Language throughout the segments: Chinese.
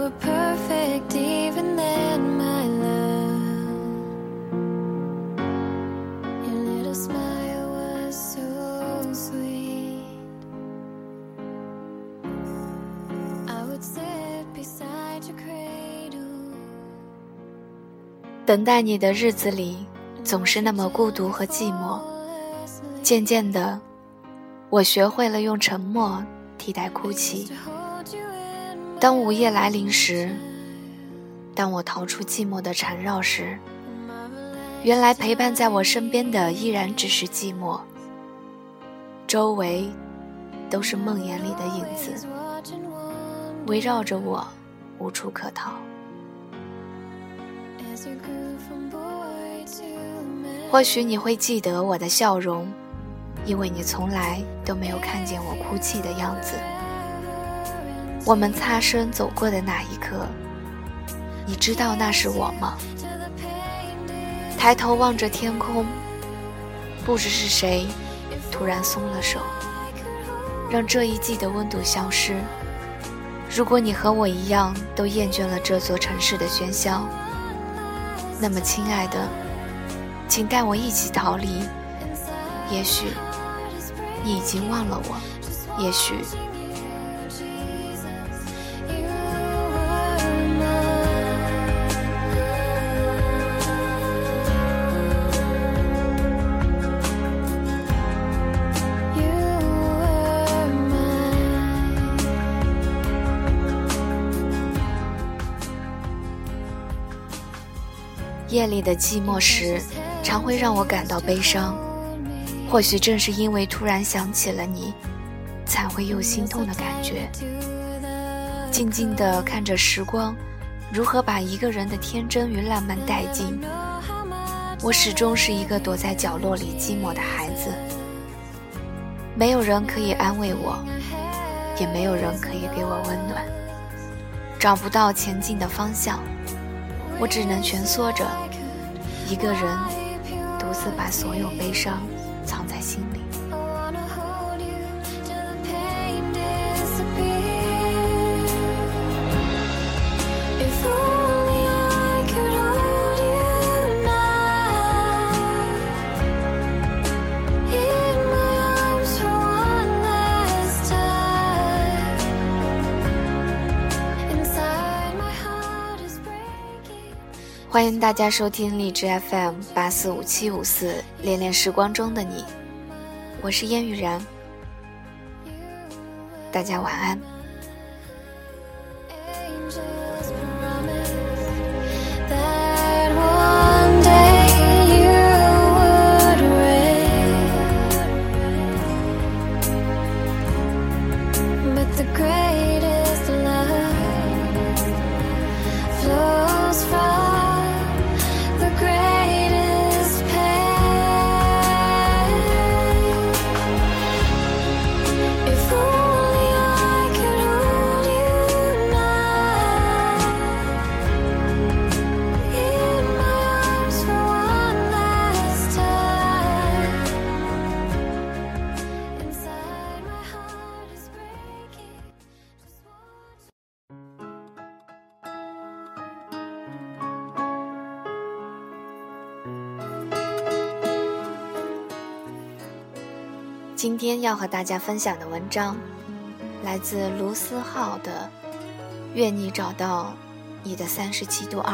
were perfect even then, my love. Your little smile was so sweet. I would sit beside your cradle. 等待你的日子里总是那么孤独和寂寞，渐渐的我学会了用沉默替代哭泣。当午夜来临时，当我逃出寂寞的缠绕时，原来陪伴在我身边的依然只是寂寞，周围都是梦魇里的影子，围绕着我无处可逃。或许你会记得我的笑容，因为你从来都没有看见我哭泣的样子。我们擦身走过的那一刻，你知道那是我吗？抬头望着天空，不知是谁突然松了手，让这一季的温度消失。如果你和我一样都厌倦了这座城市的喧嚣，那么亲爱的，请带我一起逃离。也许你已经忘了我，也许夜里的寂寞时常会让我感到悲伤，或许正是因为突然想起了你，才会有心痛的感觉。静静地看着时光如何把一个人的天真与浪漫殆尽，我始终是一个躲在角落里寂寞的孩子，没有人可以安慰我，也没有人可以给我温暖，找不到前进的方向，我只能蜷缩着，一个人独自把所有悲伤藏在心里。欢迎大家收听荔枝 FM845754恋恋时光中的你，我是烟雨然，大家晚安。今天要和大家分享的文章来自卢思浩的《愿你找到你的37度2》。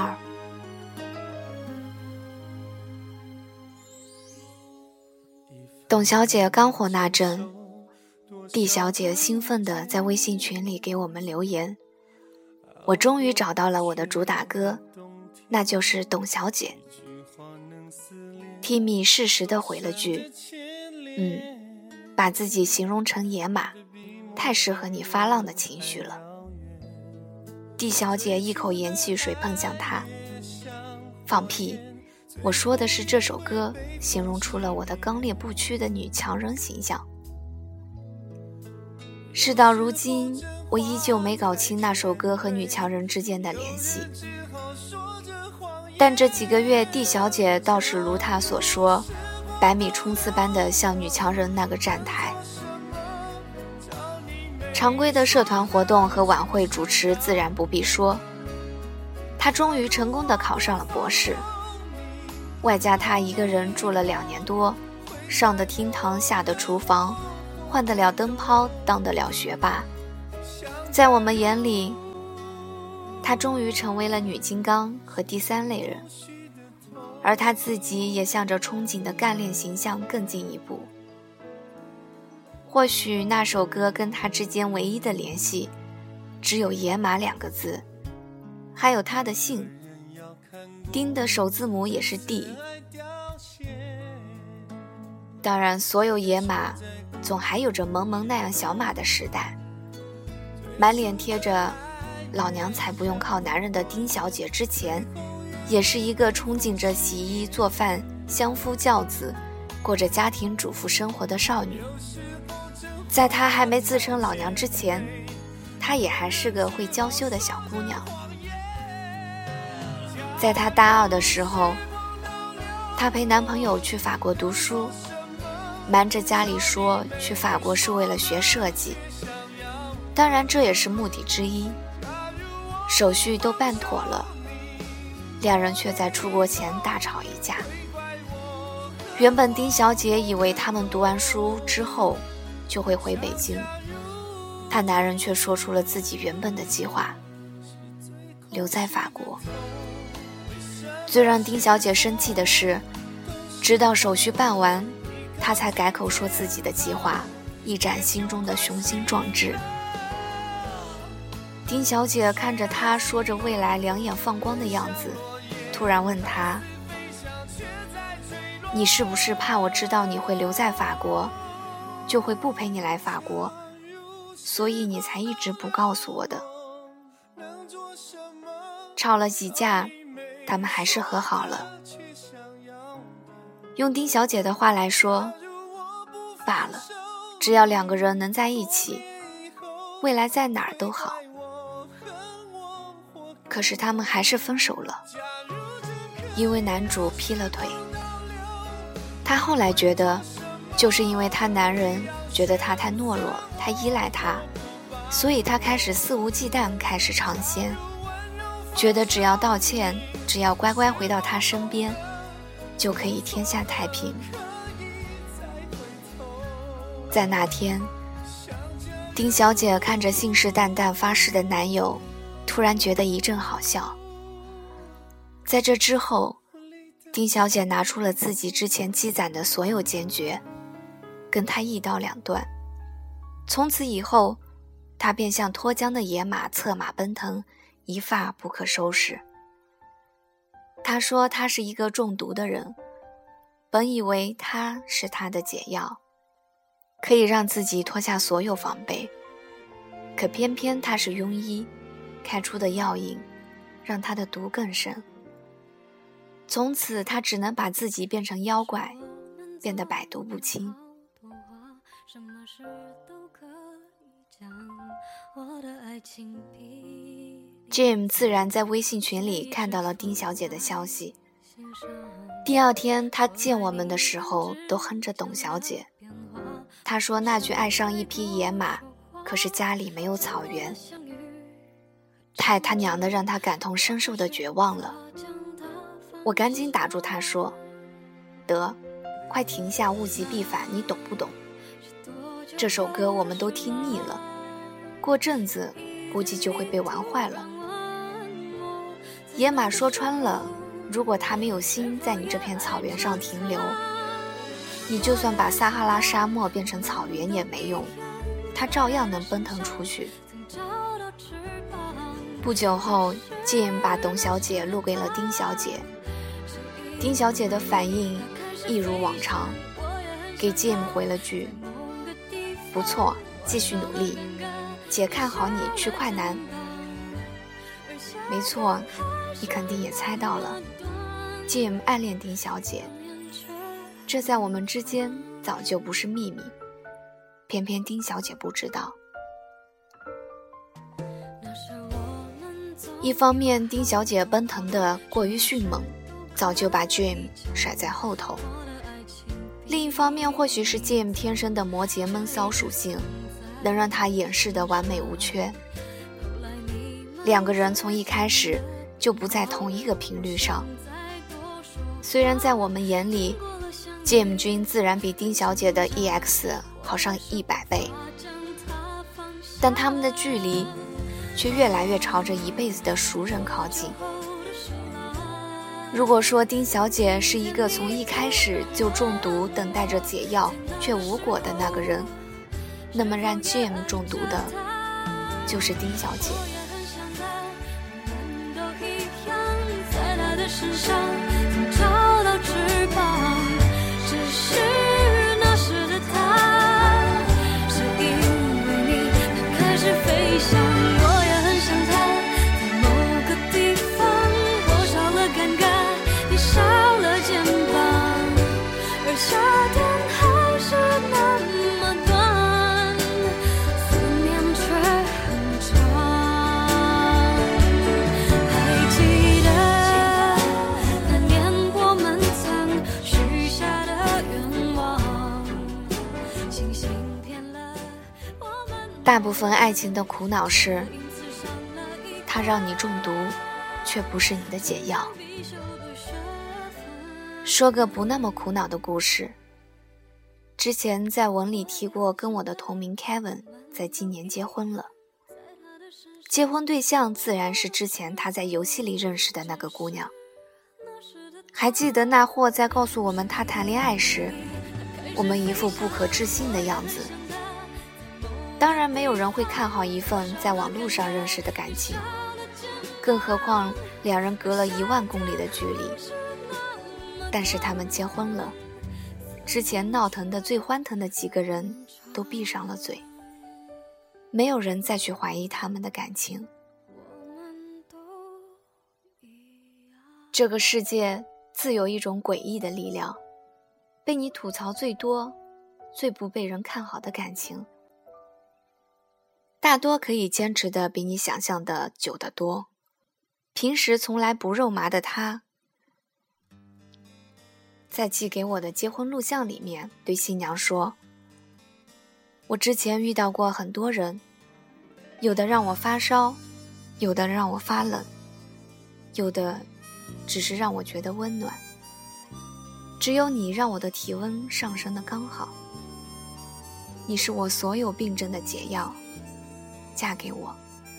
董小姐刚火那阵，D小姐兴奋地在微信群里给我们留言，我终于找到了我的主打歌，那就是董小姐。Timmy 适时地回了句把自己形容成野马，太适合你发浪的情绪了。D小姐一口盐汽水喷向他，放屁，我说的是这首歌形容出了我的刚烈不屈的女强人形象。事到如今，我依旧没搞清那首歌和女强人之间的联系，但这几个月D小姐倒是如她所说100米冲刺般的向女强人那个站台。 常规的社团活动和晚会主持自然不必说，他终于成功地考上了博士，外加他一个人住了2年多，上得厅堂下得厨房，换得了灯泡，当得了学霸。在我们眼里，他终于成为了女金刚和第3类人，而他自己也向着憧憬的干练形象更进一步。或许那首歌跟他之间唯一的联系只有野马2个字，还有他的姓，丁的首字母也是 D。 当然所有野马总还有着萌萌那样小马的时代，满脸贴着老娘才不用靠男人的丁小姐之前，也是一个憧憬着洗衣做饭相夫教子过着家庭主妇生活的少女。在她还没自称老娘之前，她也还是个会娇羞的小姑娘。在她大2的时候，她陪男朋友去法国读书，瞒着家里说去法国是为了学设计，当然这也是目的之一。手续都办妥了，2人却在出国前大吵一架。原本丁小姐以为他们读完书之后就会回北京，她男人却说出了自己原本的计划，留在法国。最让丁小姐生气的是，直到手续办完，她才改口说自己的计划，一展心中的雄心壮志。丁小姐看着他说着未来两眼放光的样子，突然问他，你是不是怕我知道你会留在法国，就会不陪你来法国，所以你才一直不告诉我的？吵了几架，他们还是和好了。用丁小姐的话来说，罢了，只要2个人能在一起，未来在哪儿都好。可是他们还是分手了，因为男主劈了腿。她后来觉得，就是因为她男人觉得她太懦弱，太依赖他，所以她开始肆无忌惮，开始尝鲜，觉得只要道歉，只要乖乖回到他身边，就可以天下太平。在那天，丁小姐看着信誓旦旦发誓的男友，突然觉得一阵好笑。在这之后，丁小姐拿出了自己之前积攒的所有坚决，跟他一刀两断。从此以后，她便像脱缰的野马策马奔腾，一发不可收拾。她说她是一个中毒的人，本以为他是她的解药，可以让自己脱下所有防备，可偏偏他是庸医，开出的药引让他的毒更深。从此他只能把自己变成妖怪，变得百毒不侵。Jim 自然在微信群里看到了丁小姐的消息。第2天他见我们的时候都哼着董小姐。他说那句爱上一匹野马，可是家里没有草原，太他娘的让他感同身受的绝望了。我赶紧打住他说，得，快停下，物极必反，你懂不懂？这首歌我们都听腻了，过阵子估计就会被玩坏了。野马说穿了，如果他没有心在你这片草原上停留，你就算把撒哈拉沙漠变成草原也没用，他照样能奔腾出去。不久后，Jim 把董小姐录给了丁小姐。丁小姐的反应一如往常，给 Jim 回了句，不错，继续努力，姐看好你，去快男。没错，你肯定也猜到了， Jim 暗恋丁小姐，这在我们之间早就不是秘密，偏偏丁小姐不知道。一方面丁小姐奔腾的过于迅猛，早就把 Jim 甩在后头，另一方面或许是 Jim 天生的摩羯闷骚属性， 能让他掩饰的完美无缺。两个人从一开始就不在同一个频率上。虽然在我们眼里 Jim 君自然比丁小姐的 EX 好上100倍，但他们的距离却越来越朝着一辈子的熟人靠近。如果说丁小姐是一个从一开始就中毒等待着解药却无果的那个人，那么让 Jim 中毒的就是丁小姐。 身上曾找到翅膀，只是那时的他是因为你他开始飞翔。我也很想他，在某个地方我少了尴尬，你少了肩膀，而夏天还是那么短，思念却很长。还记得大部分爱情的苦恼是，它让你中毒，却不是你的解药。说个不那么苦恼的故事。之前在文里提过，跟我的同名 Kevin 在今年结婚了。结婚对象自然是之前他在游戏里认识的那个姑娘。还记得那货在告诉我们他谈恋爱时，我们一副不可置信的样子。当然没有人会看好一份在网络上认识的感情，更何况两人隔了1万公里的距离。但是他们结婚了，之前闹腾的最欢腾的几个人都闭上了嘴，没有人再去怀疑他们的感情。这个世界自有一种诡异的力量，被你吐槽最多、最不被人看好的感情，大多可以坚持的比你想象的久得多。平时从来不肉麻的他，在寄给我的结婚录像里面对新娘说，我之前遇到过很多人，有的让我发烧，有的让我发冷，有的只是让我觉得温暖，只有你让我的体温上升的刚好。你是我所有病症的解药，嫁给我。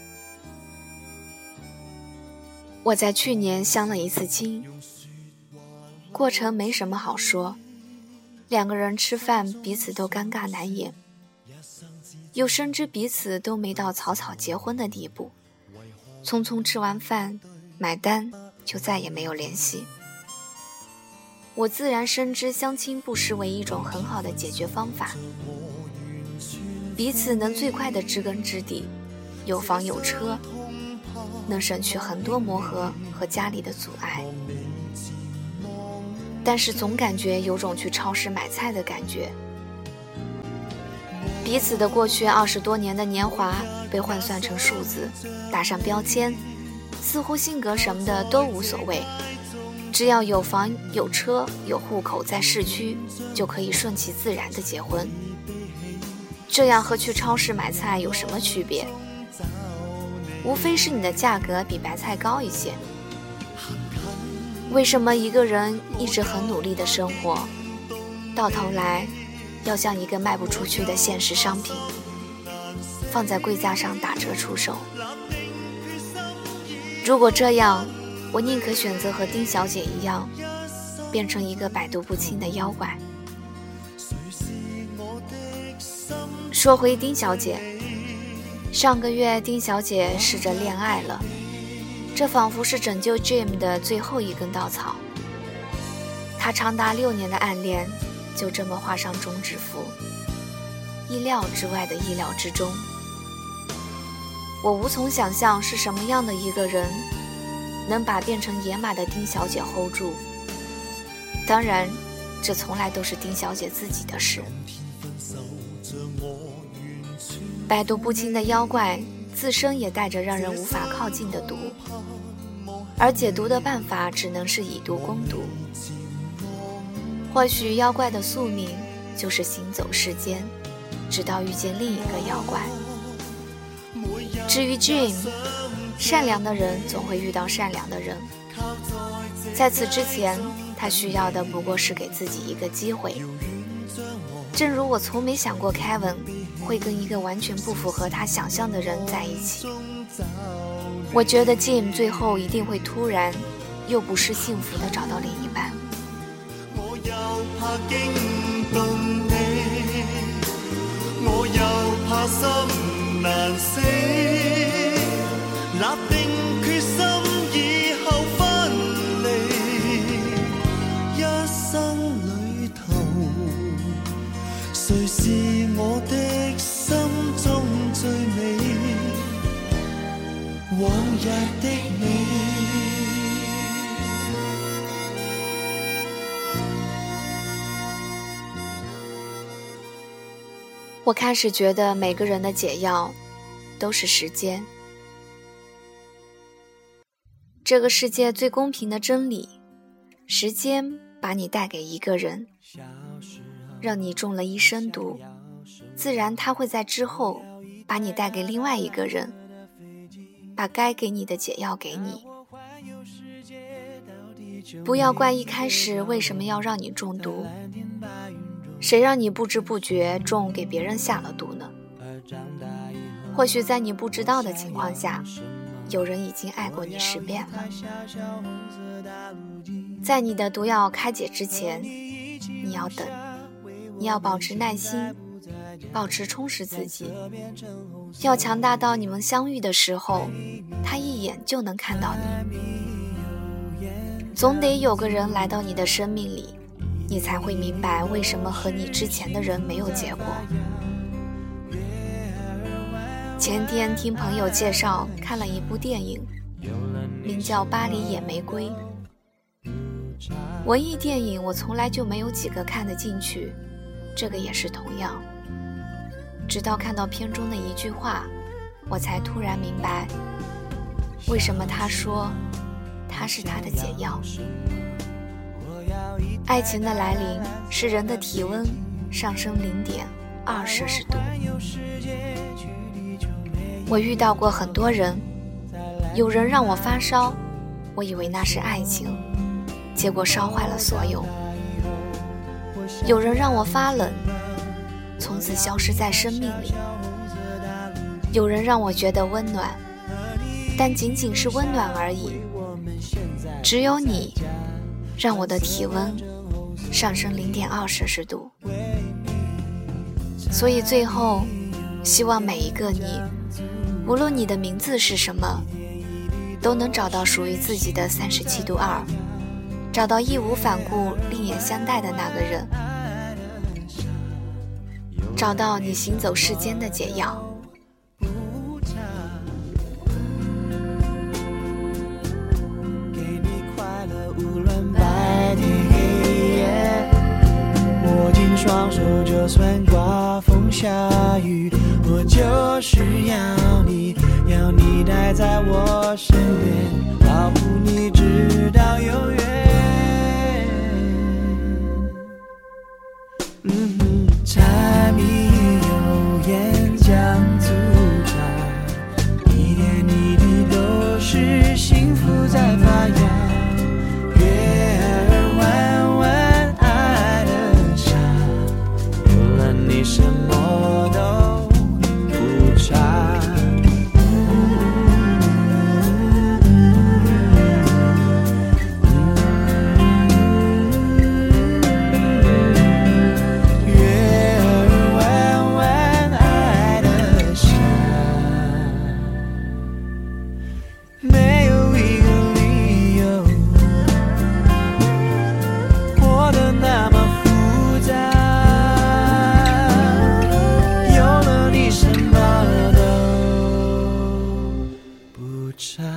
我在去年相了一次亲，过程没什么好说，两个人吃饭彼此都尴尬难言，又深知彼此都没到草草结婚的地步，匆匆吃完饭买单就再也没有联系。我自然深知相亲不失为一种很好的解决方法，彼此能最快的知根知底，有房有车，能省去很多磨合和家里的阻碍。但是总感觉有种去超市买菜的感觉，彼此的过去20多年的年华被换算成数字，打上标签，似乎性格什么的都无所谓，只要有房有车有户口在市区，就可以顺其自然的结婚。这样和去超市买菜有什么区别？无非是你的价格比白菜高一些。为什么一个人一直很努力的生活，到头来要像一个卖不出去的现实商品，放在柜架上打折出售？如果这样，我宁可选择和丁小姐一样，变成一个百毒不侵的妖怪。说回丁小姐，上个月丁小姐试着恋爱了，这仿佛是拯救 Jim 的最后一根稻草。她长达6年的暗恋就这么画上终止符，意料之外的意料之中。我无从想象是什么样的一个人能把变成野马的丁小姐 hold 住。当然，这从来都是丁小姐自己的事。百毒不侵的妖怪自身也带着让人无法靠近的毒，而解毒的办法只能是以毒攻毒。或许妖怪的宿命就是行走世间， 直到遇见另一个妖怪。至于 Jim， 善良的人总会遇到善良的人，在此之前，他需要的不过是给自己一个机会。正如我从没想过 Kevin 会跟一个完全不符合他想象的人在一起，我觉得 Jim 最后一定会突然又不失幸福地找到另一半。 我又怕驚動你，我又怕心難死，立定決心以後分離，一生裏頭誰是我的心中最美，往日的你。 我开始觉得每个人的解药都是时间。这个世界最公平的真理，时间把你带给一个人，让你中了一身毒，自然他会在之后把你带给另外一个人，把该给你的解药给你。不要怪一开始为什么要让你中毒，谁让你不知不觉中给别人下了毒呢？或许在你不知道的情况下，有人已经爱过你10遍了。在你的毒药开解之前，你要等，你要保持耐心，保持充实自己，要强大到你们相遇的时候，他一眼就能看到你。总得有个人来到你的生命里，你才会明白为什么和你之前的人没有结果。前天听朋友介绍看了一部电影，名叫《巴黎野玫瑰》。文艺电影我从来就没有几个看得进去，这个也是同样。直到看到片中的一句话，我才突然明白，为什么他说它是他的解药。爱情的来临是人的体温上升0.2摄氏度。我遇到过很多人，有人让我发烧，我以为那是爱情，结果烧坏了所有。有人让我发冷，从此消失在生命里。有人让我觉得温暖，但仅仅是温暖而已。只有你让我的体温上升0.2摄氏度。所以最后希望每一个你，无论你的名字是什么，都能找到属于自己的37度2，找到义无反顾另眼相待的那个人，找到你行走世间的解药。双手就算刮风下雨，我就是要你待在我身边，保护你直到永远。柴米油盐酱醋茶，一点一滴都是幸福在发芽。你什么都不差，月儿弯弯爱的傻，没有一个理由活得那么复杂。什么都不差。